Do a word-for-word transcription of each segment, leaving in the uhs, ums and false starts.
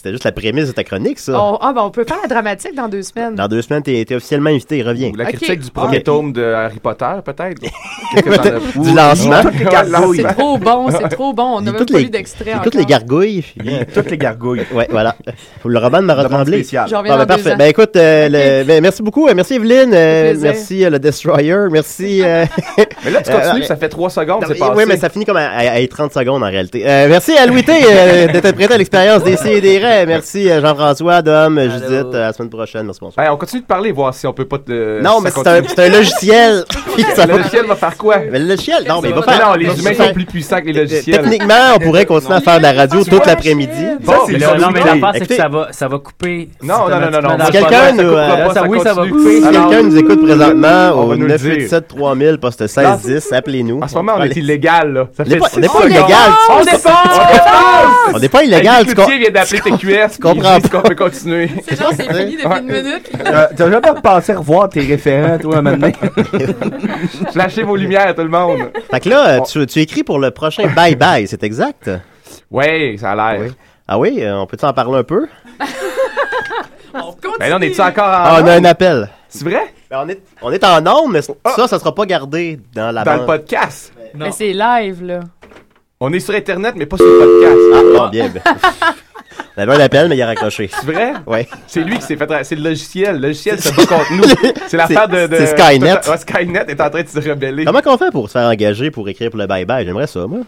c'était juste la prémisse de ta chronique, ça. On, ah, ben, on peut faire la dramatique dans deux semaines. Dans deux semaines, t'es, t'es officiellement invité, reviens. Ou la critique okay. du premier okay. tome de Harry Potter, peut-être. Du lancement. C'est trop bon, c'est trop bon. On n'a même pas les, lu d'extrait encore. Toutes les gargouilles. Toutes les gargouilles. Ouais, voilà. Le roman de Marat Tremblay. J'en reviens ben, dans parfait. deux ans. Ben écoute, euh, le, ben, merci beaucoup. Merci Evelyne. Euh, merci euh, le Destroyer. Merci. Euh, mais là, tu continues, euh, ça fait trois secondes, non, c'est passé. Oui, mais ça finit comme à, à, à trente secondes en réalité. Euh, merci à Louis T euh, d'être prêt à l'expérience des C et des raies. Merci euh, Jean-François, Dom, Judith. Euh, à la semaine prochaine. Merci, bonsoir. Hey, on continue de parler, voir si on peut pas te. Non, mais c'est un, c'est un logiciel. Le logiciel va faire quoi? Mais le logiciel, non, mais il va faire. Non, les humains sont plus puissants que les logiciels. Techniquement, on pourrait continuer à faire de la radio toute l'après-midi. Bon, mais là, non, mais l'affaire, c'est que ça va, ça va couper. Non, non, non, non, non. Si quelqu'un nous, euh, ça, oui, ça va couper. Si quelqu'un nous écoute présentement au neuf huit sept trois mille poste seize dix, appelez-nous. En ce moment, on est illégal, là. On n'est pas illégal. On dépense! On n'est pas illégal. Le vient d'appeler T Q S. Tu comprends pas qu'on peut continuer. C'est genre, c'est fini depuis une minute. T'as jamais pensé revoir tes référents, toi, maintenant? Lâchez vos lumières, tout le monde. Fait que là, tu, tu écris pour le prochain Bye Bye, c'est exact? Oui, ça a l'air. Oui. Ah oui, euh, on peut-tu en parler un peu? On continue. Ben là, on est-tu encore en. Ah, on a un appel. C'est vrai? Ben on, est, on est en ondes, mais ah. ça, ça sera pas gardé dans la Dans bande. le podcast. Mais c'est live, là. On est sur Internet, mais pas sur le podcast. Ah, bon, bien. Ben. On avait un appel, mais il a raccroché. C'est vrai? Oui. C'est lui qui s'est fait... C'est le logiciel. Le logiciel se bat contre nous. C'est l'affaire de, de... C'est Skynet. Ouais, Skynet est en train de se rebeller. Comment qu'on fait pour se faire engager pour écrire pour le bye-bye? J'aimerais ça, moi.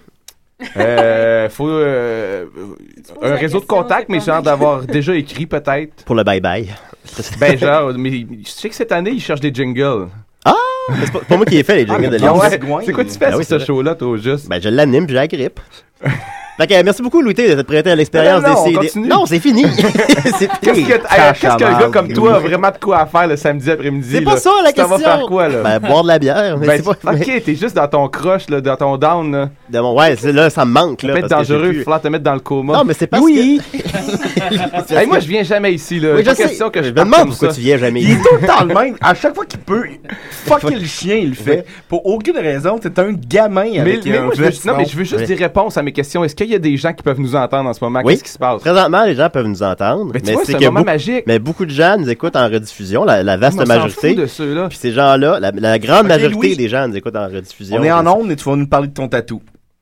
Euh... Faut... Euh, un réseau de contacts, mais genre d'avoir déjà écrit, peut-être. Pour le bye-bye. Ben, genre... Mais je sais que cette année, ils cherchent des jingles. Ah! C'est pas, pas moi qui ai fait les jingles de l'émission. Ouais. C'est quoi tu fais ben sur oui, ce show-là, toi, juste? Ben, je l'anime puis j'ai la grippe. Fait que, merci beaucoup, Louis T, d'être prêté à l'expérience non, non, des C D. Non, c'est fini. c'est Qu'est-ce que, hey, qu'est-ce qu'un gars comme toi a vraiment de quoi à faire le samedi après-midi? C'est là? pas ça la tu question. Tu vas faire quoi, là? Ben, boire de la bière. Mais ben, c'est pas, ok, mais... t'es juste dans ton crush, là, dans ton down. Là. De mon, ouais, c'est, là, ça me manque. Ça là, peut être parce dangereux, il plus... va falloir te mettre dans le coma. Non, mais c'est parce oui. que... hey, moi, je viens jamais ici. Là. Oui, je sais. question que je, je me demande pourquoi ça. Tu viens jamais ici. Il est tout le temps le même. À chaque fois qu'il peut, fucker le chien, il le fait. Pour aucune raison. C'est un gamin avec mais, un mais moi, je veux, Non, mais je veux juste oui. des réponses à mes questions. Est-ce qu'il y a des gens qui peuvent nous entendre en ce moment? Oui. Qu'est-ce qui se passe? Présentement, les gens peuvent nous entendre. Mais, tu mais vois, c'est, c'est que un moment beaucoup, magique. Mais beaucoup de gens nous écoutent en rediffusion, la, la vaste on majorité. De ceux-là. Puis ces gens-là, la, la grande okay, majorité Louis. des gens nous écoutent en rediffusion. On est en ondes et tu vas nous parler de ton tatou.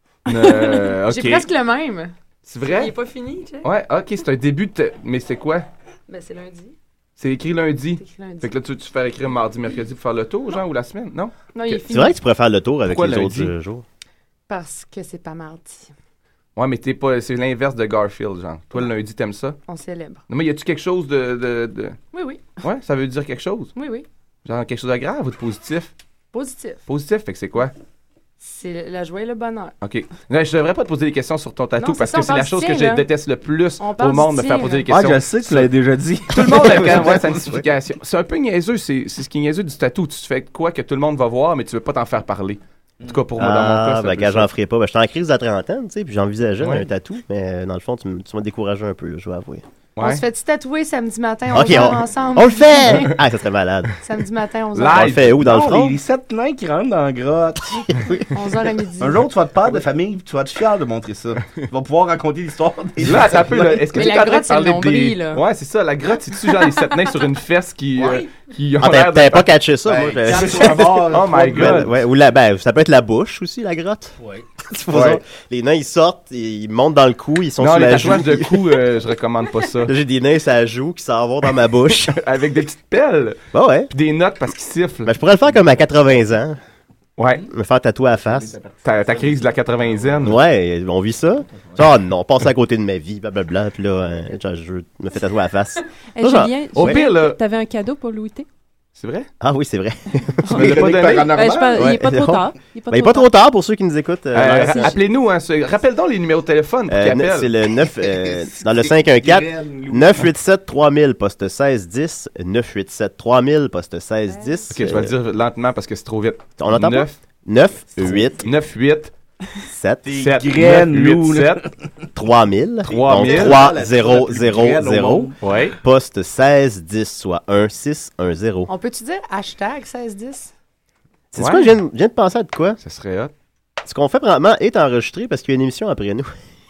Euh, okay. J'ai presque le même. C'est vrai? Il est pas fini, tu sais. Ouais, ok, c'est un début de... T- mais c'est quoi? Ben, c'est lundi. C'est écrit lundi. C'est écrit lundi. Fait que là, tu veux tu faire écrire mardi, mercredi pour faire le tour, genre, ou la semaine, non? Non, il est okay. fini. C'est vrai que tu pourrais faire le tour avec Pourquoi les lundi? autres euh, jours. Parce que c'est pas mardi. Ouais, mais t'es pas... c'est l'inverse de Garfield, genre. Toi, le lundi, t'aimes ça? On célèbre. Non, mais y a-tu quelque chose de, de, de... Oui, oui. Ouais, ça veut dire quelque chose? Oui, oui. Genre quelque chose de grave ou de positif? Positif. Positif, fait que c'est quoi? C'est la joie et le bonheur. OK. Non, je devrais pas te poser des questions sur ton tatou non, parce ça, que c'est la chose tien, que je là. déteste le plus on au monde, me tien, faire poser là. des questions. Ah, je sais que tu l'as déjà dit. Tout le monde a quand même ouais, sa signification. C'est un peu niaiseux, c'est, c'est ce qui est niaiseux du tatou. Tu fais quoi que tout le monde va voir, mais tu veux pas t'en faire parler. En tout cas, pour moi, dans mon cas, Ah, c'est ben, quand j'en ferai pas. Ben, j'étais en crise de la trentaine, tu sais, puis j'envisageais ouais. un tatou, mais dans le fond, tu, m- tu m'as découragé un peu, là, je dois avouer. Ouais. On se fait tatouer samedi matin, OK, onze heures on, ensemble. on le fait! Ah, ça serait malade. Samedi matin, onze heures. On le fait où, dans non, le front? Les, les sept nains qui rentrent dans la grotte. onze heures à midi. Un jour, tu vas te perdre de famille, tu vas être fier de montrer ça. Tu vas pouvoir raconter l'histoire des Là, attends un peu, là. Est-ce que mais tu es la en train grotte, de c'est le parler nombril, des... là. Ouais, c'est ça. La grotte, c'est-tu genre les sept nains sur une fesse qui, ouais. euh, qui ont Ah, l'air t'avais, de... t'avais pas catché ça, ben, moi. je- quand tu vas voir, Oh my tu vas- God. Ouais, ou la, ben, ça peut être la bouche aussi, la grotte. Ouais. Tu vois ça? Les nains, ils sortent, ils montent dans le cou, ils sont Non, sur les la joue. tatouages de cou, euh, je recommande pas ça. Là, j'ai des nains sur la joue qui s'en vont dans ma bouche. Avec des petites pelles, Bah ouais. puis des notes parce qu'ils sifflent. Ben, je pourrais le faire comme à quatre-vingts ans. Ouais. Me faire tatouer à la face. Ta, ta crise de la quatre-vingtaine. Ouais, on vit ça. Ah non, passe à côté de ma vie, blablabla. Puis là, euh, genre, je me fais tatouer à la face. Hey, Ça, Julien, Au pire, là... t'avais un cadeau pour Louis T? C'est vrai? Ah oui, c'est vrai. Tu me l'as pas donné? Ben, je pense, il est pas Ouais. trop tard. Il est pas, Ben, il est trop, pas trop tard pour ceux qui nous écoutent. Euh, Euh, ra- appelez-nous, hein. ce- Rappelle donc les numéros de téléphone pour euh, qu'ils appellent. c'est le neuf, euh, dans le cinq un quatre, neuf huit sept trois mille, poste seize dix, neuf huit sept trois mille, poste seize dix. Ok, je vais le dire lentement parce que c'est trop vite. On entend pas? neuf, neuf huit neuf, huit, sept sept, graines, neuf, huit, Lou, là. sept. trois mille. trois mille. Donc trois zéro zéro zéro. Ouais. Poste seize dix, soit un six un zéro. On peut-tu dire hashtag seize dix? C'est Ouais. quoi, je viens, de- je viens de penser à de quoi? Ça serait hot. Ce qu'on fait présentement est enregistré parce qu'il y a une émission après nous.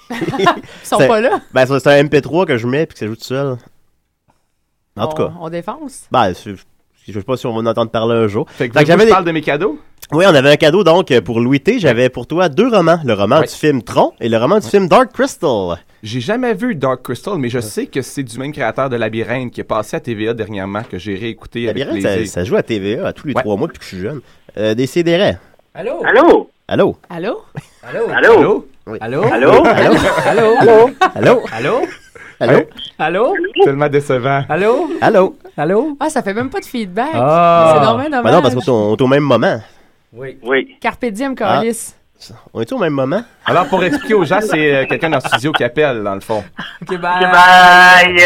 Ils sont C'est- pas là. Ben, c'est c'est un M P trois que je mets puis que ça joue tout seul. En tout On- cas. On défonce. Ben, c'est- je sais pas si on va en entendre parler un jour. Fait que, Fait que j'avais j'avais je des- parle de mes cadeaux. Oui, on avait un cadeau donc pour Louis T. J'avais pour toi deux romans. Le roman Ouais. du film Tron et le roman du film Dark Crystal. J'ai jamais vu Dark Crystal, mais je sais que c'est du même créateur de Labyrinthe qui est passé à T V A dernièrement, que j'ai réécouté avec Labyrinthe, ça, plaisir. ça joue à T V A à tous les Ouais. trois mois depuis que je suis jeune. Euh, Décidérez. Allô? Allô? Allô? Allô? Allô? Allô? Allô? Allô? Allô? Allô? Allô? Allô? Allô? Allô? Allô? Allô? Tellement décevant. Allô? Allô? Allô? Ah, ça fait même pas de feedback. Ah. C'est dommage, Ben dommage. non, parce qu'on est au- on est au même moment. Oui. Oui. Carpe diem, Ah. Carlis. On est au même moment? Alors, pour expliquer aux gens, c'est euh, quelqu'un dans le studio qui appelle, dans le fond. OK, bye. Bye!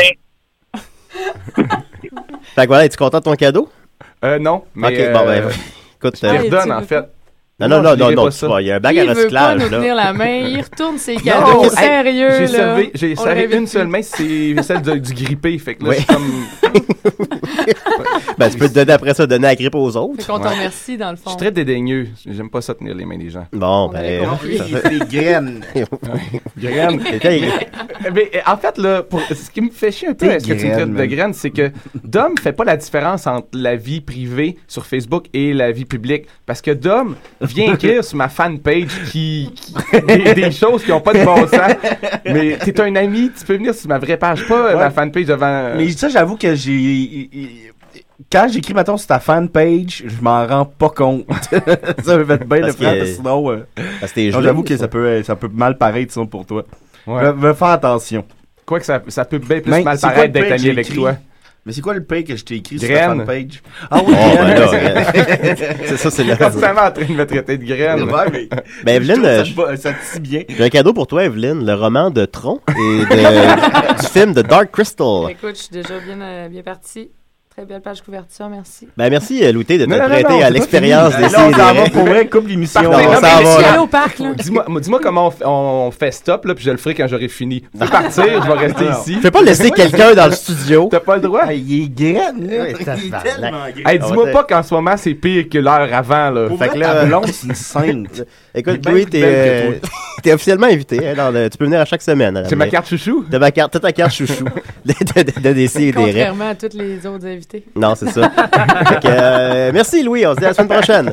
Fait que voilà, es-tu content de ton cadeau? Euh, non, mais... ok, bon, ben, euh, écoute. je euh, les Hey, redonne, tu en veux fait. non, non, non, non, je non, dirai non, pas tu ça. vois, il y a un bac Il à veut pas recyclage, nous là. tenir la main, il retourne ses Non, cadeaux. hey, Sérieux, J'ai là. servi, j'ai On servi le une seule main, c'est celle de- du grippé. Fait que là, Oui. je suis comme... Ben, tu peux te donner après ça, donner la grippe aux Fait autres. qu'on te Ouais. remercie, dans le Je fond. suis très dédaigneux. J'aime pas ça tenir les mains des gens. Bon, On avait ben. compris. Les graines. Graine. C'était- Mais euh, en fait, là, pour, ce qui me fait chier un peu, Des est-ce que tu me graines, traites de man. graine, c'est que Dom fait pas la différence entre la vie privée sur Facebook et la vie publique. Parce que Dom vient écrire sur ma fanpage qui, qui- des, des choses qui ont pas de bon sens. Mais t'es un ami, tu peux venir sur ma vraie page, pas euh, Ouais. ma fanpage devant... Mais ça, j'avoue que j'ai. Quand j'écris, mettons, sur ta fanpage, je m'en rends pas compte. Ça me fait bien de Parce que- frère, sinon. euh, Parce que t'es non, gelé, j'avoue que ça. ça peut, ça peut mal paraître, sinon, pour toi. Ouais. Va, va faire attention. Quoi que ça, ça peut bien plus Mais mal c'est quoi paraître le pire d'être que ami j'ai avec écrit? toi. Mais c'est quoi le pay que je t'ai écrit Graine. sur ta fanpage? Ah oui, Oh, ben graine. là, c'est ça, c'est le. Constamment en train de me traiter de graine. Ouais, mais. Ben, je Evelyne, trouve euh, ça, te va- ça te dit bien. j'ai un cadeau pour toi, Evelyne. Le roman de Tron et de- du film de Dark Crystal. Écoute, je suis déjà bien, euh, bien partie. Très belle page couverture, merci. Ben, merci, euh, Louis T, de te Non, non, non, prêter non, à c'est pas l'expérience fini. des Là, on s'en va Décidérez. pour vrai, coupe l'émission. Parfait, on non, s'en mais va, Je suis là. allée au parc, là. Dis-moi dis-moi comment on, f- on fait stop, là, puis je le ferai quand j'aurai fini. Tu peux partir, je vais rester Alors. ici. Je peux pas laisser quelqu'un dans le studio. T'as pas le droit? Ah, il est graine, là. Ouais, Il est tabarnak. tellement graine. Hey, On dis-moi va pas qu'en ce moment, c'est pire que l'heure avant, là. Pour Fait vrai, que là- ta blonde, c'est une sainte. Écoute, Elle est Louis, bien t'es plus belle euh, t'es officiellement invité. hein, dans le- tu peux venir à chaque semaine. à la C'est ma main. carte chouchou? T'as ma carte, t'as ta carte chouchou de, de, de, de Décidérez. Contrairement à tous les autres invités. Non, c'est ça. Fait que, euh, merci, Louis. On se dit à la semaine prochaine.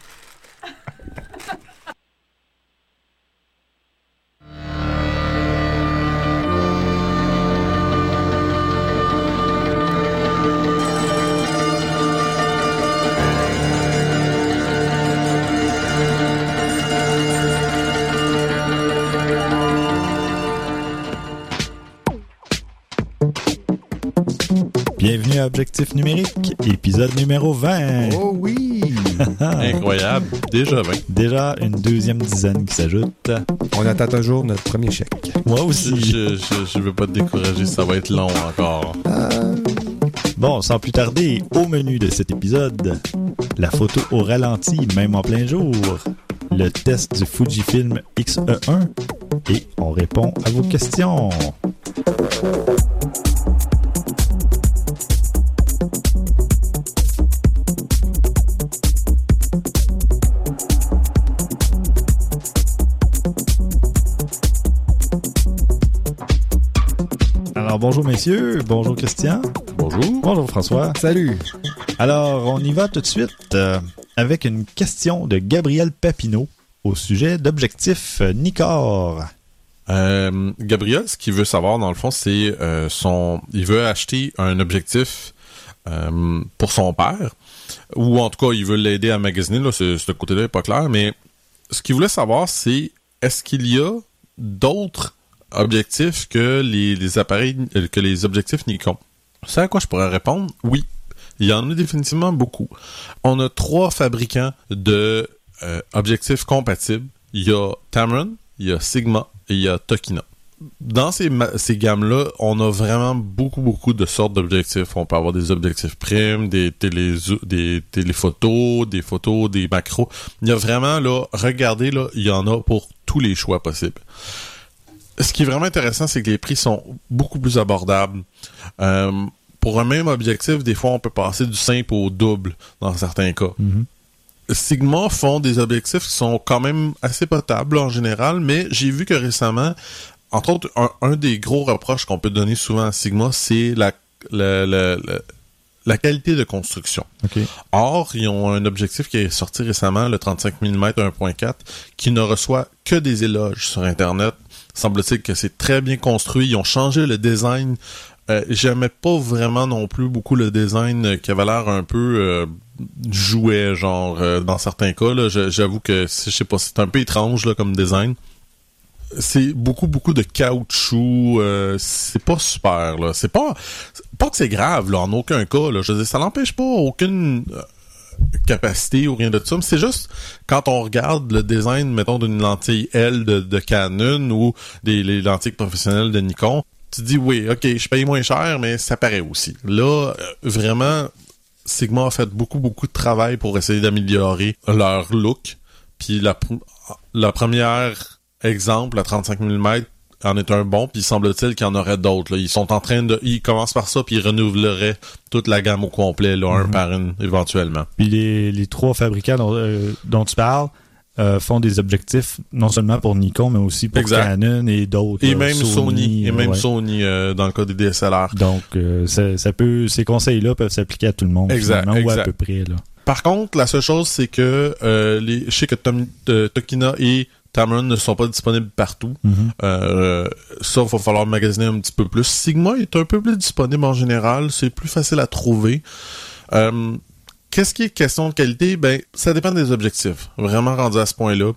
Bienvenue à Objectif numérique, épisode numéro vingt. Oh oui! Incroyable. Déjà vingt. Déjà une deuxième dizaine qui s'ajoute. On attend toujours notre premier chèque. Moi aussi. Je, je, je veux pas te décourager, ça va être long encore. Bon, sans plus tarder, au menu de cet épisode, la photo au ralenti, même en plein jour, le test du Fujifilm X E un et on répond à vos questions. Alors bonjour messieurs, bonjour Christian. Bonjour. Bonjour François. Salut. Alors, on y va tout de suite euh, avec une question de Gabriel Papineau au sujet d'objectif euh, Nikkor. Euh, Gabriel, ce qu'il veut savoir, dans le fond, c'est euh, son... Il veut acheter un objectif euh, pour son père, ou en tout cas, il veut l'aider à magasiner. Là, ce, ce côté-là n'est pas clair, mais ce qu'il voulait savoir, c'est est-ce qu'il y a d'autres objectifs que les, les appareils, euh, que les objectifs Nikon? C'est à quoi je pourrais répondre? Oui. Il y en a définitivement beaucoup. On a trois fabricants de euh, objectifs compatibles. Il y a Tamron, il y a Sigma et il y a Tokina. Dans ces, ma- ces gammes-là, on a vraiment beaucoup, beaucoup de sortes d'objectifs. On peut avoir des objectifs primes, des, télé, des téléphotos, des photos, des macros. Il y a vraiment, là, regardez, là, il y en a pour tous les choix possibles. Ce qui est vraiment intéressant, c'est que les prix sont beaucoup plus abordables. Euh, pour un même objectif, des fois, on peut passer du simple au double dans certains cas. Mm-hmm. Sigma font des objectifs qui sont quand même assez potables en général, mais j'ai vu que récemment, entre autres, un, un des gros reproches qu'on peut donner souvent à Sigma, c'est la, la, la, la, la qualité de construction. Okay. Or, ils ont un objectif qui est sorti récemment, le trente-cinq millimètres un point quatre, qui ne reçoit que des éloges sur Internet. Semble-t-il que c'est très bien construit. Ils ont changé le design. Euh, j'aimais pas vraiment non plus beaucoup le design qui avait l'air un peu euh, jouet, genre euh, dans certains cas. Là, j'avoue que je sais pas, c'est un peu étrange là comme design. C'est beaucoup beaucoup de caoutchouc. Euh, c'est pas super là. C'est pas pas que c'est grave là en aucun cas. Là. Je veux dire, ça n'empêche pas aucune euh, capacité ou rien de ça. Mais c'est juste quand on regarde le design, mettons d'une lentille L de, de Canon ou des les lentilles professionnelles de Nikon. Tu dis, oui, ok, je paye moins cher, mais ça paraît aussi. Là, euh, vraiment, Sigma a fait beaucoup, beaucoup de travail pour essayer d'améliorer leur look. Puis la, la première exemple, la trente-cinq millimètres, en est un bon, puis il semble-t-il qu'il y en aurait d'autres. Là. Ils sont en train de... Ils commencent par ça, puis ils renouvelleraient toute la gamme au complet, là, un mm-hmm. par un, éventuellement. Puis les, les trois fabricants dont, euh, dont tu parles, Euh, font des objectifs non seulement pour Nikon mais aussi pour exact. Canon et d'autres et même Sony, Sony et même ouais. Sony euh, dans le cas des D S L R. Donc euh, ça, ça peut ces conseils-là peuvent s'appliquer à tout le monde exact, exact. ou à peu près là. Par contre, la seule chose c'est que euh, les je sais que Tom, euh, Tokina et Tamron ne sont pas disponibles partout. Mm-hmm. Euh, ça, il va falloir magasiner un petit peu plus. Sigma est un peu plus disponible en général, c'est plus facile à trouver. Euh, Qu'est-ce qui est question de qualité? Ben, ça dépend des objectifs. Vraiment rendu à ce point-là.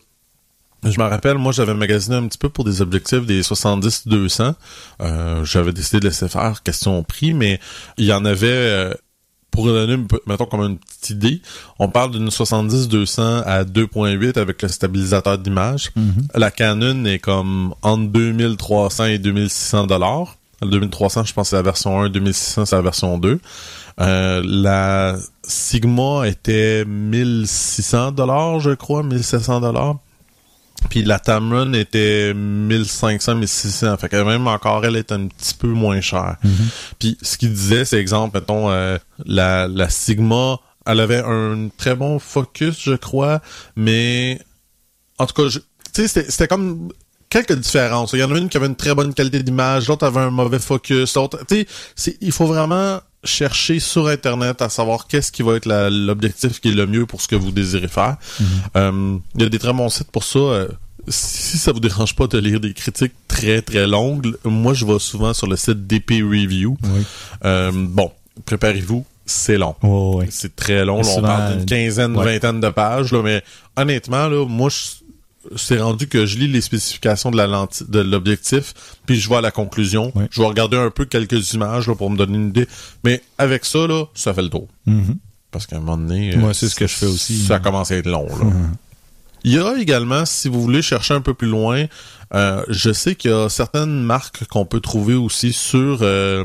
Je me rappelle, moi, j'avais magasiné un petit peu pour des objectifs des soixante-dix deux cents. Euh, j'avais décidé de laisser faire question prix, mais il y en avait, euh, pour donner, mettons, comme une petite idée, on parle d'une soixante-dix deux cents à deux point huit avec le stabilisateur d'image. Mm-hmm. La Canon est comme entre deux mille trois cents et deux mille six cents dollars. Le deux mille trois cents, je pense, c'est la version un, deux mille six cents, c'est la version deux. Euh, la Sigma était mille six cents dollars, je crois, mille sept cents dollars. Puis la Tamron était mille cinq cents, mille six cents. Fait que même encore, elle est un petit peu moins chère. Mm-hmm. Puis ce qu'il disait, c'est exemple, mettons, euh, la, la Sigma, elle avait un très bon focus, je crois, mais en tout cas, tu sais, c'était, c'était comme... quelques différences. Il y en a une qui avait une très bonne qualité d'image, l'autre avait un mauvais focus, l'autre... Tu sais, il faut vraiment chercher sur Internet à savoir qu'est-ce qui va être la, l'objectif qui est le mieux pour ce que vous désirez faire. Mm-hmm. Euh, il y a des très bons sites pour ça. Euh, si ça vous dérange pas de lire des critiques très, très longues, moi, je vais souvent sur le site D P Review. Oui. Euh, bon, préparez-vous. C'est long. Oh, oui. C'est très long. Là, on parle d'une quinzaine, ouais. vingtaine de pages. Là, mais honnêtement, là, moi, je c'est rendu que je lis les spécifications de la lentille, de l'objectif, puis je vois à la conclusion. Oui. Je vais regarder un peu quelques images là, pour me donner une idée. Mais avec ça, là, ça fait le tour. Mm-hmm. Parce qu'à un moment donné, moi, c'est ce que je fais aussi. Ça commence à être long. Là. Mm-hmm. Il y a également, si vous voulez chercher un peu plus loin, euh, je sais qu'il y a certaines marques qu'on peut trouver aussi sur euh,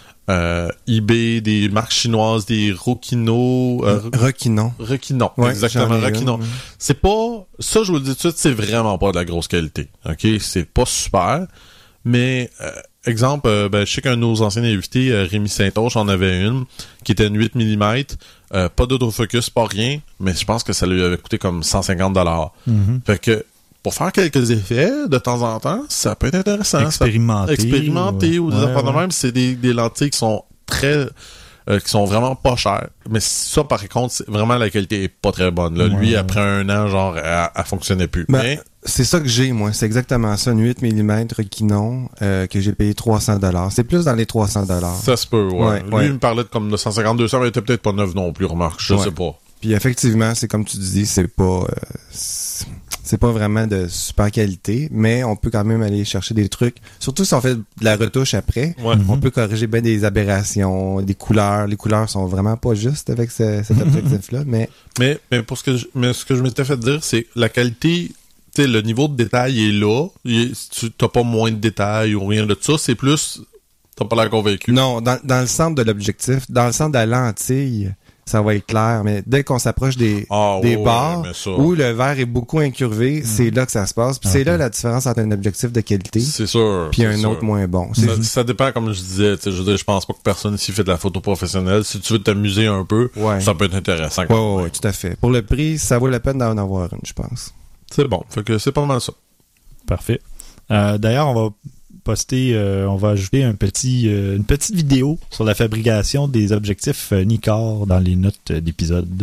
euh, eBay, des marques chinoises, des Rokino. Euh, Rokinon. Rokinon, ouais, exactement, Rokinon. Ouais. C'est pas, ça je vous le dis tout de suite, c'est vraiment pas de la grosse qualité. Ok, c'est pas super, mais euh, exemple, euh, ben, je sais qu'un de nos anciens invités, euh, Rémi Saint-Onge, en avait une qui était une huit millimètres, euh, pas d'autofocus, pas rien, mais je pense que ça lui avait coûté comme cent cinquante dollars. Mm-hmm. Fait que pour faire quelques effets, de temps en temps, ça peut être intéressant. Expérimenter. Ça, expérimenter ou, ou des ouais, affaires de même. C'est des, des lentilles qui sont très... Euh, qui sont vraiment pas chères. Mais ça, par contre, c'est, vraiment, la qualité est pas très bonne. Là. Ouais, Lui, ouais. après un an, genre, elle, elle fonctionnait plus. Ben, mais... C'est ça que j'ai, moi. C'est exactement ça. Une huit millimètres Kinon euh, que j'ai payé trois cents dollars. C'est plus dans les trois cents dollars. Ça se peut, ouais. ouais Lui, ouais. il me parlait de comme de cent cinquante deux cents, mais il était peut-être pas neuf non plus, remarque. Je ouais. sais pas. Puis effectivement, c'est comme tu dis, c'est pas... Euh, c'est... c'est pas vraiment de super qualité, mais on peut quand même aller chercher des trucs. Surtout si on fait de la retouche après, ouais. on mm-hmm. peut corriger bien des aberrations, des couleurs. Les couleurs sont vraiment pas justes avec ce, cet objectif-là, mais... mais... Mais pour ce que je, mais ce que je m'étais fait dire, c'est la qualité... Tu sais, le niveau de détail est là. Il, tu n'as pas moins de détails ou rien de ça. C'est plus... T'as pas l'air convaincu. Non, dans, dans le centre de l'objectif, dans le centre de la lentille... ça va être clair. Mais dès qu'on s'approche des, Ah, des ouais, barres, mais ça- où le verre est beaucoup incurvé, c'est là que ça se passe. Puis c'est Ok. là la différence entre un objectif de qualité C'est sûr. puis c'est un sûr. autre moins bon. Ça, C'est- ça dépend, comme je disais, tu sais, je veux dire, je pense pas que personne ici fait de la photo professionnelle. Si tu veux t'amuser un peu, Ouais. ça peut être intéressant. Ouais, quand ouais, même. ouais, tout à fait. Pour le prix, ça vaut la peine d'en avoir une, je pense. C'est bon. Fait que c'est pas mal ça. Parfait. Euh, D'ailleurs, on va poster, euh, on va ajouter un petit, euh, une petite vidéo sur la fabrication des objectifs euh, Nikkor dans les notes euh, d'épisode.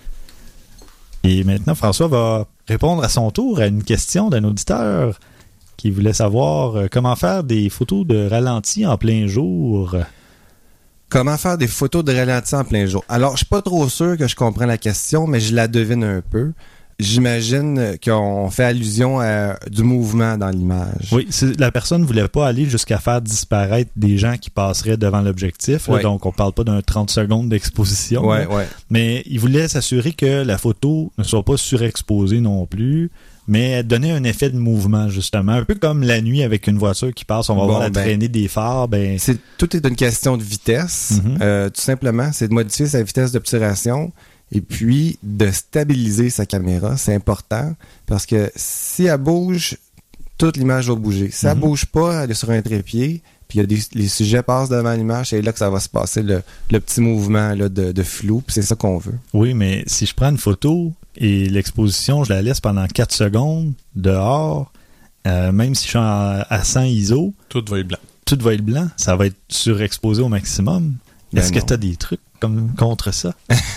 Et maintenant, François va répondre à son tour à une question d'un auditeur qui voulait savoir euh, comment faire des photos de ralenti en plein jour. Comment faire des photos de ralenti en plein jour? Alors, je suis pas trop sûr que je comprends la question, mais je la devine un peu. J'imagine qu'on fait allusion à du mouvement dans l'image. Oui, c'est- la personne voulait pas aller jusqu'à faire disparaître des gens qui passeraient devant l'objectif. là, Ouais. Donc, on parle pas d'un trente secondes d'exposition. Ouais, là. ouais. Mais il voulait s'assurer que la photo ne soit pas surexposée non plus, mais donner un effet de mouvement, justement. Un peu comme la nuit avec une voiture qui passe, on va Bon, voir la ben, traînée des phares. Ben, C'est, tout est une question de vitesse. Mhm. Euh, tout simplement, c'est de modifier sa vitesse d'obturation et puis de stabiliser sa caméra. C'est important parce que si elle bouge, toute l'image va bouger. Si elle Mhm. bouge pas, elle est sur un trépied, puis il y a des, les sujets passent devant l'image, c'est là que ça va se passer, le, le petit mouvement là, de, de flou, puis c'est ça qu'on veut. oui, mais si je prends une photo et l'exposition, je la laisse pendant quatre secondes dehors, euh, même si je suis en- à cent I S O, Tout va être blanc. tout va être blanc, ça va être surexposé au maximum. Ben Est-ce que non. tu as des trucs comme, contre ça?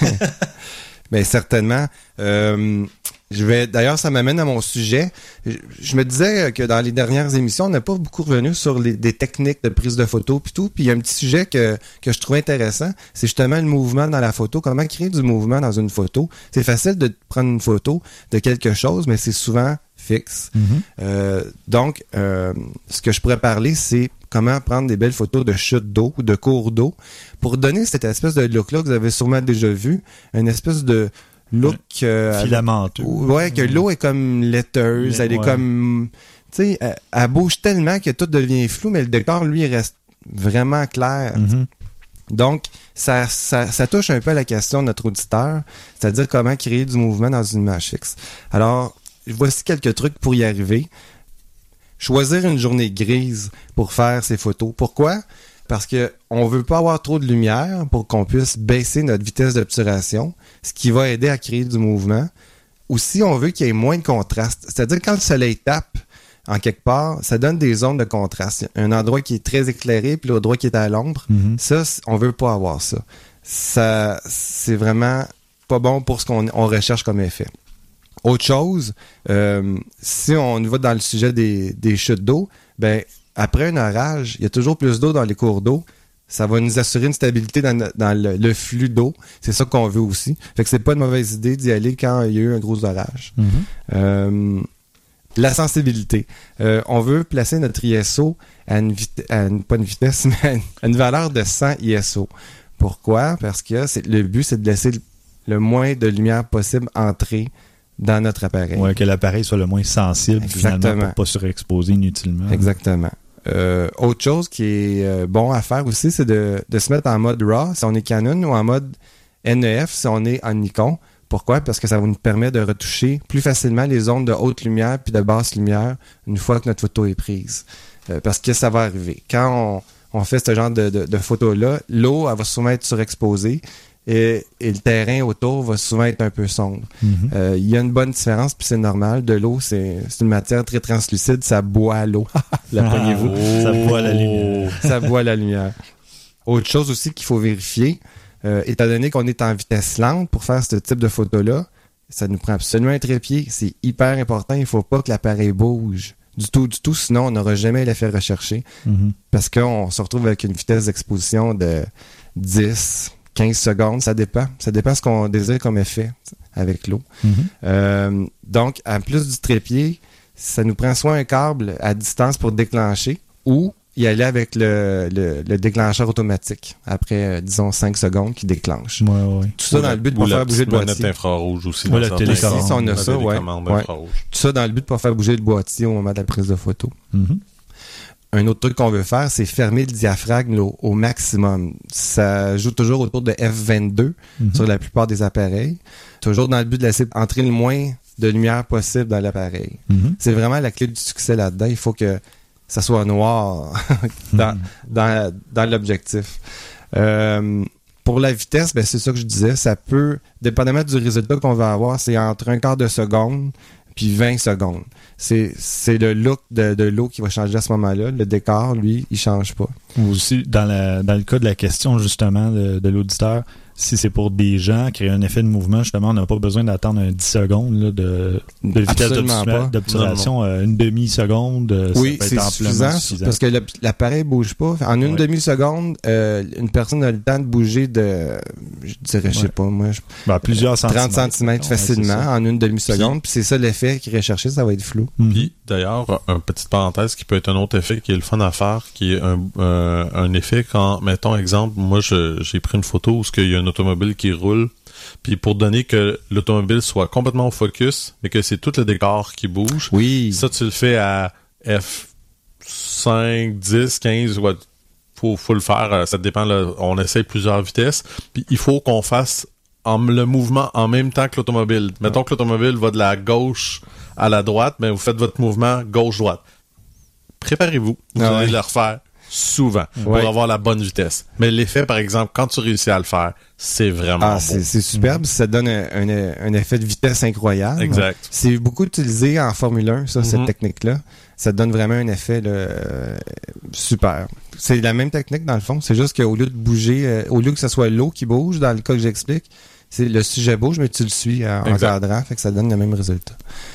Bien, certainement. Euh, je vais d'ailleurs, ça m'amène à mon sujet. Je, je me disais que dans les dernières émissions, on n'a pas beaucoup revenu sur les, des techniques de prise de photo puis tout. Puis il y a un petit sujet que, que je trouve intéressant, c'est justement le mouvement dans la photo. Comment créer du mouvement dans une photo? C'est facile de prendre une photo de quelque chose, mais c'est souvent fixe. Euh, donc, euh, ce que je pourrais parler, c'est comment prendre des belles photos de chutes d'eau ou de cours d'eau pour donner cette espèce de look-là que vous avez sûrement déjà vu, une espèce de look... euh, Filamenteux. ouais, que l'eau est comme laiteuse, elle est Ouais. comme... Tu sais, elle, elle bouge tellement que tout devient flou, mais le décor, lui, il reste vraiment clair. Mhm. Donc, ça, ça, ça touche un peu à la question de notre auditeur, c'est-à-dire comment créer du mouvement dans une image fixe. Alors, voici quelques trucs pour y arriver. Choisir une journée grise pour faire ces photos. Pourquoi? Parce que on veut pas avoir trop de lumière pour qu'on puisse baisser notre vitesse d'obturation, ce qui va aider à créer du mouvement. Aussi, on veut qu'il y ait moins de contraste. C'est-à-dire quand le soleil tape en quelque part, ça donne des zones de contraste. Un endroit qui est très éclairé, puis l'autre endroit qui est à l'ombre. Mhm. Ça, c- on veut pas avoir ça. Ça, c'est vraiment pas bon pour ce qu'on on recherche comme effet. Autre chose, euh, si on va dans le sujet des, des chutes d'eau, ben après un orage, il y a toujours plus d'eau dans les cours d'eau. Ça va nous assurer une stabilité dans, no- dans le, le flux d'eau. C'est ça qu'on veut aussi. Fait que c'est pas une mauvaise idée d'y aller quand il y a eu un gros orage. Mhm. Euh, la sensibilité. Euh, on veut placer notre I S O à une, vit- à une pas une vitesse, mais à une, à une valeur de cent I S O. Pourquoi? Parce que c'est, le but, c'est de laisser le, le moins de lumière possible entrer dans notre appareil. Ouais, que l'appareil soit le moins sensible finalement Exactement. pour pas surexposer inutilement. Exactement. Euh, autre chose qui est euh, bon à faire aussi, c'est de, de se mettre en mode RAW si on est Canon ou en mode N E F si on est en Nikon. Pourquoi? Parce que ça nous permet de retoucher plus facilement les zones de haute lumière puis de basse lumière une fois que notre photo est prise. Euh, parce que ça va arriver. Quand on, on fait ce genre de, de, de photos-là, l'eau, elle va souvent être surexposée et, et le terrain autour va souvent être un peu sombre. Mhm. Euh, Il y a une bonne différence, puis c'est normal. De l'eau, c'est c'est une matière très translucide, ça boit l'eau. La pognez-vous. Ah, ça boit la lumière. Ça boit la lumière. Autre chose aussi qu'il faut vérifier, euh, étant donné qu'on est en vitesse lente pour faire ce type de photo-là, ça nous prend absolument un trépied. C'est hyper important. Il ne faut pas que l'appareil bouge. Du tout, du tout, sinon on n'aura jamais l'effet recherché. Mhm. Parce qu'on se retrouve avec une vitesse d'exposition de dix, quinze secondes. Ça dépend. Ça dépend ce qu'on désire comme effet avec l'eau. Mhm. Euh, donc, en plus du trépied, ça nous prend soit un câble à distance pour déclencher ou y aller avec le, le, le déclencheur automatique après, euh, disons, cinq secondes qui déclenche. Ouais, ouais. Tout ça Ou dans la- le but de ou pas la faire bouger le petite manette boîtier. infrarouge aussi. Ouais, dans la certains télécommande. cas. Si, on a La ça, ouais. télécommande Ouais. infrarouge. Tout ça dans le but de pas faire bouger le boîtier au moment de la prise de photo. Mhm. un autre truc qu'on veut faire, c'est fermer le diaphragme au, au maximum. Ça joue toujours autour de F vingt-deux mm-hmm. sur la plupart des appareils. Toujours dans le but de laisser entrer le moins de lumière possible dans l'appareil. Mm-hmm. C'est vraiment la clé du succès là-dedans. Il faut que ça soit noir dans, mm-hmm. dans, dans l'objectif. Euh, pour la vitesse, ben c'est ça que je disais. Ça peut, dépendamment du résultat qu'on va avoir, c'est entre un quart de seconde puis vingt secondes. C'est, c'est le look de, de l'eau qui va changer à ce moment-là. Le décor, lui, il change pas. Ou aussi, dans, la, dans le cas de la question, justement, de, de l'auditeur, si c'est pour des gens, créer un effet de mouvement, justement, on n'a pas besoin d'attendre un dix secondes là, de, de vitesse d'obturation, d'obturation euh, une demi-seconde. Euh, oui, c'est suffisant, suffisant, parce que le, l'appareil bouge pas. En une ouais. demi-seconde, euh, une personne a le temps de bouger de, je dirais, je sais ouais. pas, moi, je, ben, plusieurs trente centimètres facilement ouais, en une demi-seconde. Puis c'est ça l'effet qui est recherché, ça va être flou. Mm-hmm. Puis d'ailleurs, une petite parenthèse qui peut être un autre effet qui est le fun à faire, qui est un, euh, un effet quand, mettons, exemple, moi, je, j'ai pris une photo où il y a une automobile qui roule, puis pour donner que l'automobile soit complètement au focus, mais que c'est tout le décor qui bouge. Oui. Ça, tu le fais à F cinq, dix, quinze, ouais, faut, faut le faire, ça dépend, là, on essaye plusieurs vitesses, puis il faut qu'on fasse en, le mouvement en même temps que l'automobile. Mettons que l'automobile va de la gauche à la droite, mais vous faites votre mouvement gauche-droite. Préparez-vous, vous ah allez ouais. le refaire souvent ouais. pour avoir la bonne vitesse. Mais l'effet, par exemple, quand tu réussis à le faire, c'est vraiment ah, beau. C'est, c'est superbe. Mmh. Ça donne un, un, un effet de vitesse incroyable. Exact. C'est beaucoup utilisé en Formule un, ça, mmh. cette technique-là. Ça donne vraiment un effet là, euh, super. C'est la même technique, dans le fond. C'est juste qu'au lieu de bouger, euh, au lieu que ce soit l'eau qui bouge, dans le cas que j'explique, c'est le sujet bouge, mais tu le suis en encadrant, fait que ça donne le même résultat.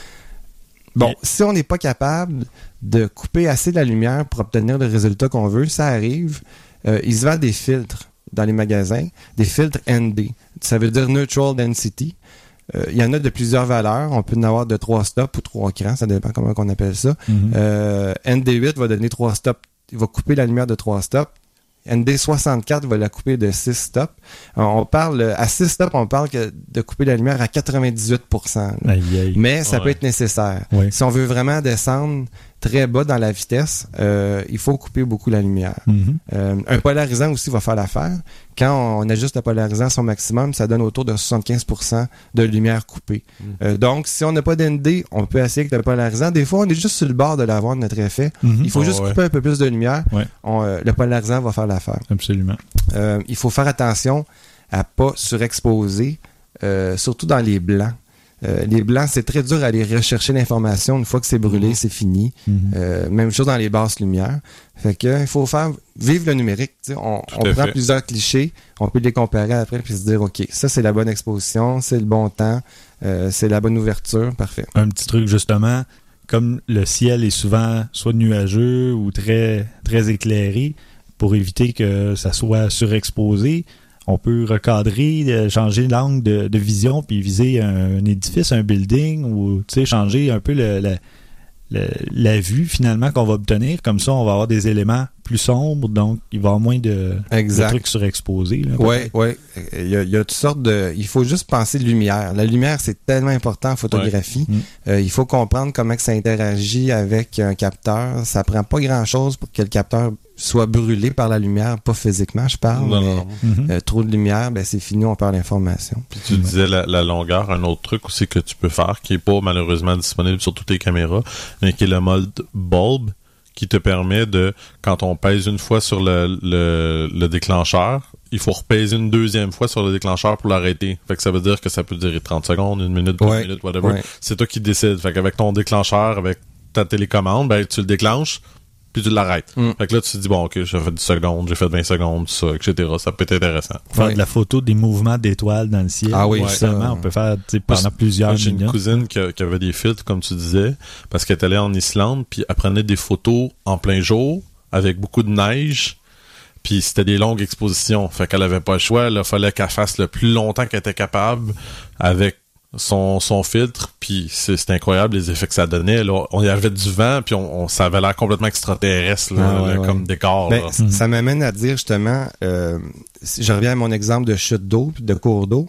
Bon, yeah. si on n'est pas capable de couper assez de la lumière pour obtenir le résultat qu'on veut, ça arrive. Euh, il se vend des filtres dans les magasins, des filtres N D. Ça veut dire Neutral Density. Euh, il y en a de plusieurs valeurs. On peut en avoir de trois stops ou trois crans, ça dépend comment on appelle ça. Mm-hmm. Euh, N D huit va donner trois stops. Il va couper la lumière de trois stops. N D soixante-quatre va la couper de six stops. On parle, à six stops, on parle que de couper la lumière à quatre-vingt-dix-huit pour cent. Aïe, aïe. Mais ça ouais. peut être nécessaire. Oui. Si on veut vraiment descendre très bas dans la vitesse, euh, il faut couper beaucoup la lumière. Mm-hmm. Euh, un polarisant aussi va faire l'affaire. Quand on ajuste le polarisant à son maximum, ça donne autour de soixante-quinze pour cent de lumière coupée. Mm. Euh, donc, si on n'a pas d'N D, on peut essayer avec le polarisant. Des fois, on est juste sur le bord de l'avoir de notre effet. Mm-hmm. Il faut oh, juste ouais. couper un peu plus de lumière. Ouais. On, euh, le polarisant va faire l'affaire. Absolument. Euh, il faut faire attention à pas surexposer, euh, surtout dans les blancs. Euh, les blancs, c'est très dur à aller rechercher l'information. Une fois que c'est brûlé, mm-hmm. c'est fini. Mm-hmm. Euh, même chose dans les basses lumières. Fait que il faut faire vivre le numérique. T'sais. On, on prend fait. plusieurs clichés, on peut les comparer après puis se dire, OK, ça c'est la bonne exposition, c'est le bon temps, euh, c'est la bonne ouverture, parfait. Un petit truc justement, comme le ciel est souvent soit nuageux ou très, très éclairé, pour éviter que ça soit surexposé, on peut recadrer, changer l'angle de, de vision puis viser un, un édifice, un building ou changer un peu le, le, le, la vue finalement qu'on va obtenir. Comme ça, on va avoir des éléments plus sombres, donc il va y avoir moins de, de trucs surexposés. Oui, oui. Il y a, il y a toutes sortes de... Il faut juste penser lumière. La lumière, c'est tellement important en photographie. Ouais. Euh, il faut comprendre comment que ça interagit avec un capteur. Ça prend pas grand-chose pour que le capteur soit brûlé par la lumière, pas physiquement, je parle. Non, mais, non. Mm-hmm. Euh, trop de lumière, ben c'est fini, on perd l'information. Puis tu mm-hmm. disais la, la longueur, un autre truc aussi que tu peux faire, qui est pas malheureusement disponible sur toutes tes caméras, mais qui est le mode bulb, qui te permet de, quand on pèse une fois sur le, le, le déclencheur, il faut repèser une deuxième fois sur le déclencheur pour l'arrêter. Fait que ça veut dire que ça peut durer trente secondes, une minute, deux ouais. minutes, whatever. Ouais. C'est toi qui décides. Fait qu'avec ton déclencheur, avec ta télécommande, ben tu le déclenches, puis tu l'arrêtes. Mm. Fait que là, tu te dis, bon, ok, j'ai fait dix secondes, j'ai fait vingt secondes, tout ça, et cetera. Ça peut être intéressant. Faire ouais. de la photo des mouvements d'étoiles dans le ciel. Ah oui, justement, ça, on peut faire pendant moi, plusieurs moi, j'ai minutes. J'ai une cousine qui, a, qui avait des filtres, comme tu disais, parce qu'elle est allée en Islande, puis elle prenait des photos en plein jour, avec beaucoup de neige, puis c'était des longues expositions. Fait qu'elle avait pas le choix, il fallait qu'elle fasse le plus longtemps qu'elle était capable, avec son son filtre, puis c'est, c'est incroyable les effets que ça donnait. Là, on y avait du vent, puis on, on ça avait l'air complètement extraterrestre là, ah ouais, là, ouais. comme décor. Ben, là. Mm-hmm. Ça m'amène à dire justement, euh, si je reviens à mon exemple de chute d'eau puis de cours d'eau,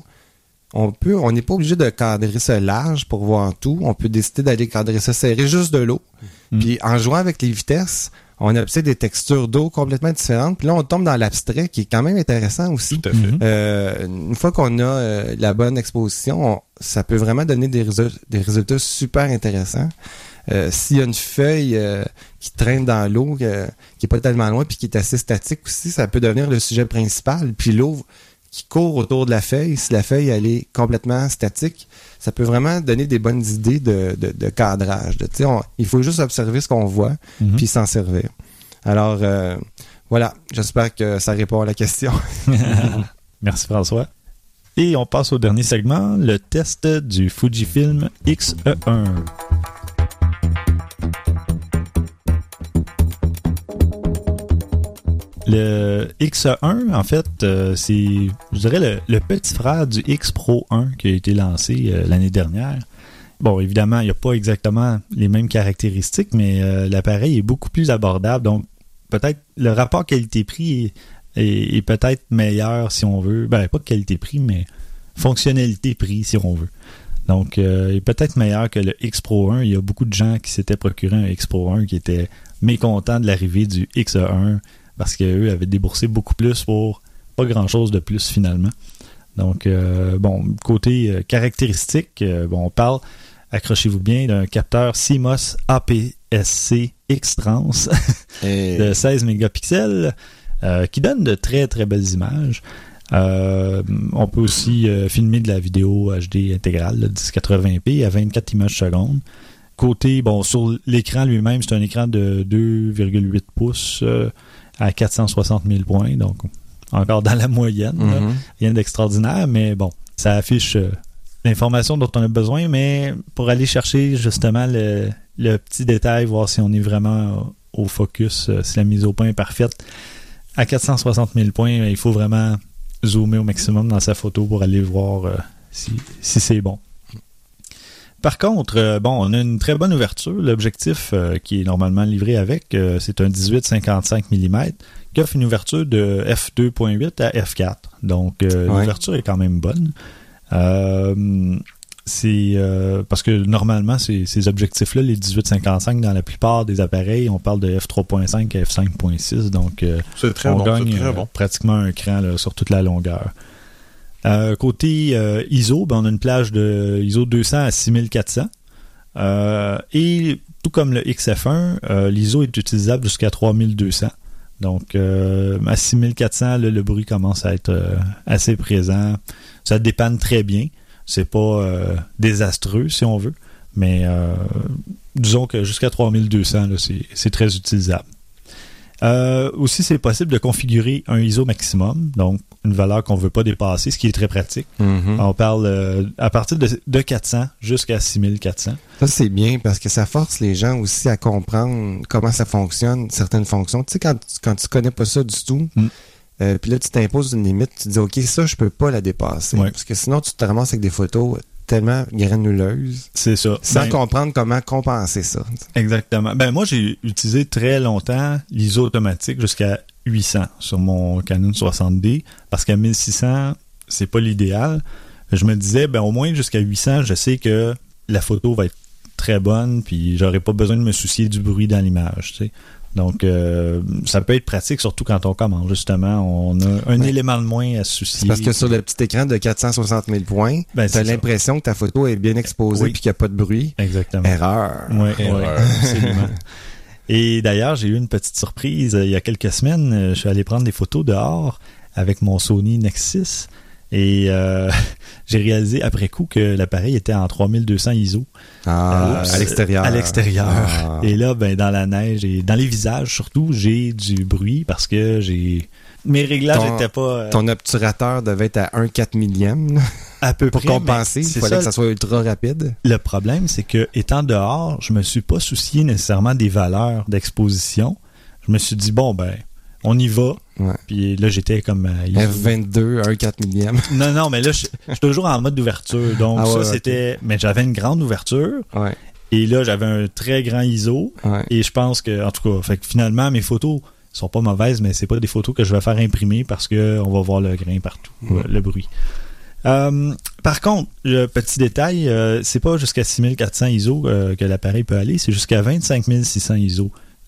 on peut, on n'est pas obligé de cadrer ça large pour voir tout. On peut décider d'aller cadrer ça serré, juste de l'eau. Mm-hmm. Puis en jouant avec les vitesses, on obtient des textures d'eau complètement différentes. Puis là, on tombe dans l'abstrait qui est quand même intéressant aussi. Tout à fait. Euh, une fois qu'on a euh, la bonne exposition, on, ça peut vraiment donner des, résu- des résultats super intéressants. Euh, s'il y a une feuille euh, qui traîne dans l'eau, euh, qui est pas tellement loin, puis qui est assez statique aussi, ça peut devenir le sujet principal. Puis l'eau qui court autour de la feuille, si la feuille elle est complètement statique, ça peut vraiment donner des bonnes idées de, de, de cadrage. De, on, il faut juste observer ce qu'on voit, mm-hmm. puis s'en servir. Alors, euh, voilà, j'espère que ça répond à la question. Merci François. Et on passe au dernier segment, le test du Fujifilm X E un. Le X E un, en fait, euh, c'est, je dirais, le, le petit frère du X Pro un qui a été lancé euh, l'année dernière. Bon, évidemment, il n'y a pas exactement les mêmes caractéristiques, mais euh, l'appareil est beaucoup plus abordable. Donc, peut-être le rapport qualité-prix est, est, est peut-être meilleur, si on veut. Ben, pas qualité-prix, mais fonctionnalité-prix, si on veut. Donc, euh, il est peut-être meilleur que le X Pro un. Il y a beaucoup de gens qui s'étaient procuré un X Pro un qui étaient mécontents de l'arrivée du X E un parce qu'eux avaient déboursé beaucoup plus pour pas grand-chose de plus, finalement. Donc, euh, bon, côté euh, caractéristique, euh, bon, on parle, accrochez-vous bien, d'un capteur C M O S A P S C X-Trans hey. de seize mégapixels euh, qui donne de très, très belles images. Euh, on peut aussi euh, filmer de la vidéo H D intégrale, là, dix quatre-vingts p à vingt-quatre images secondes. Côté, bon, sur l'écran lui-même, c'est un écran de deux virgule huit pouces euh, à quatre cent soixante mille points, donc encore dans la moyenne, mm-hmm. là. Rien d'extraordinaire, mais bon, ça affiche euh, l'information dont on a besoin, mais pour aller chercher justement le, le petit détail, voir si on est vraiment au focus, euh, si la mise au point est parfaite, à quatre cent soixante mille points, il faut vraiment zoomer au maximum dans sa photo pour aller voir euh, si, si c'est bon. Par contre, euh, bon, on a une très bonne ouverture. L'objectif euh, qui est normalement livré avec, euh, c'est un dix-huit cinquante-cinq millimètres qui offre une ouverture de f deux virgule huit à f quatre. Donc, euh, ouais. l'ouverture est quand même bonne. Euh, c'est euh, parce que normalement, ces, ces objectifs-là, les dix-huit cinquante-cinq, dans la plupart des appareils, on parle de f trois virgule cinq à f cinq virgule six. Donc, euh, c'est très on bon, gagne c'est très euh, bon. pratiquement un cran là, sur toute la longueur. Euh, côté euh, I S O, ben, on a une plage de I S O deux cents à six mille quatre cents. Euh, et tout comme le X F un, euh, l'I S O est utilisable jusqu'à trois mille deux cents. Donc, euh, à six mille quatre cents, là, le bruit commence à être euh, assez présent. Ça dépanne très bien. C'est pas euh, désastreux, si on veut. Mais euh, disons que jusqu'à trois mille deux cents, là, c'est, c'est très utilisable. Euh, aussi, c'est possible de configurer un I S O maximum, donc une valeur qu'on ne veut pas dépasser, ce qui est très pratique. Mm-hmm. On parle euh, à partir de, de quatre cents jusqu'à six mille quatre cents. Ça, c'est bien parce que ça force les gens aussi à comprendre comment ça fonctionne, certaines fonctions. Tu sais, quand, quand tu connais pas ça du tout, mm. euh, puis là, tu t'imposes une limite, tu te dis, OK, ça, je peux pas la dépasser. Ouais. Parce que sinon, tu te ramasses avec des photos tellement granuleuses. C'est ça. Sans ben, comprendre comment compenser ça. Exactement. Ben, moi, j'ai utilisé très longtemps l'I S O automatique jusqu'à huit cents sur mon Canon soixante D parce qu'à mille six cents, c'est pas l'idéal. Je me disais, ben, au moins jusqu'à huit cents, je sais que la photo va être très bonne puis j'aurai pas besoin de me soucier du bruit dans l'image, tu sais. Donc, euh, ça peut être pratique, surtout quand on commence. Justement, on a un ouais. élément de moins à se soucier. C'est parce que sur le petit écran de quatre cent soixante mille points, ben, tu as l'impression que ta photo est bien exposée et oui. qu'il n'y a pas de bruit. Exactement. Erreur. Oui, ouais, absolument. Et d'ailleurs, j'ai eu une petite surprise. Il y a quelques semaines, je suis allé prendre des photos dehors avec mon Sony Nexus. Et euh, j'ai réalisé après coup que l'appareil était en trois mille deux cents I S O. Ah, euh, à l'extérieur. À l'extérieur. Ah. Et là, ben, dans la neige et dans les visages surtout, j'ai du bruit parce que j'ai... Mes réglages n'étaient pas... Euh... Ton obturateur devait être à un quatre millième. À peu pour près. Pour compenser, il fallait ça, que ça soit ultra rapide. Le problème, c'est que étant dehors, je me suis pas soucié nécessairement des valeurs d'exposition. Je me suis dit, bon, ben... on y va. Ouais. Puis là, j'étais comme... Euh, F vingt-deux, un quatre millième. Non, non, mais là, je suis toujours en mode d'ouverture. Donc ah ouais, ça, c'était... Okay. Mais j'avais une grande ouverture. Ouais. Et là, j'avais un très grand I S O. Ouais. Et je pense que, en tout cas, fait que finalement, mes photos sont pas mauvaises, mais c'est pas des photos que je vais faire imprimer parce que on va voir le grain partout, ouais. le, le bruit. Euh, par contre, le petit détail, euh, c'est pas jusqu'à six mille quatre cents I S O euh, que l'appareil peut aller, c'est jusqu'à vingt-cinq mille six cents I S O.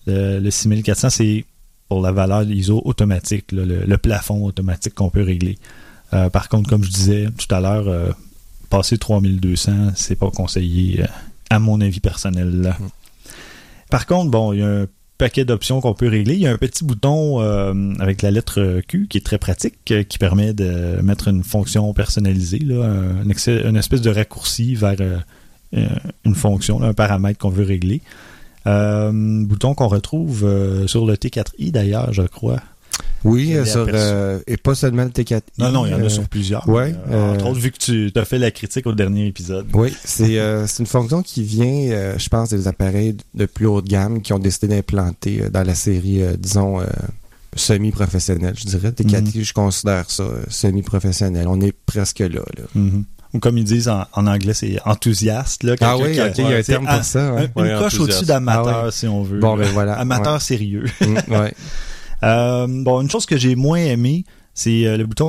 Le, le six mille quatre cents, c'est pour la valeur I S O automatique, là, le, le plafond automatique qu'on peut régler. Euh, par contre, comme je disais tout à l'heure, euh, passer trois mille deux cents, c'est pas conseillé, euh, à mon avis personnel. Là. Mm. Par contre, bon, il y a un paquet d'options qu'on peut régler. Il y a un petit bouton euh, avec la lettre Q qui est très pratique, euh, qui permet de mettre une fonction personnalisée, là, un, excès, une espèce de raccourci vers euh, une fonction, là, un paramètre qu'on veut régler. Euh, bouton qu'on retrouve euh, sur le T quatre i d'ailleurs, je crois. Oui, euh, sur, euh, et pas seulement le T quatre i. Non, non, il y en a euh, sur plusieurs. Ouais, euh, euh, entre autres, vu que tu as fait la critique au dernier épisode. Oui, c'est euh, c'est une fonction qui vient, euh, je pense, des appareils de plus haute gamme qui ont décidé d'implanter euh, dans la série, euh, disons, euh, semi-professionnelle, je dirais. T quatre i, mm-hmm. je considère ça euh, semi-professionnel. On est presque là. là. Mm-hmm. Ou comme ils disent en, en anglais, c'est enthousiaste. Là, ah oui, qui a, okay, il y a un terme pour ça. Ouais. Un, ouais, une coche au-dessus d'amateur, ah ouais. si on veut. Bon, ben voilà. Amateur ouais. sérieux. mm, ouais. euh, bon, une chose que j'ai moins aimé, c'est euh, le bouton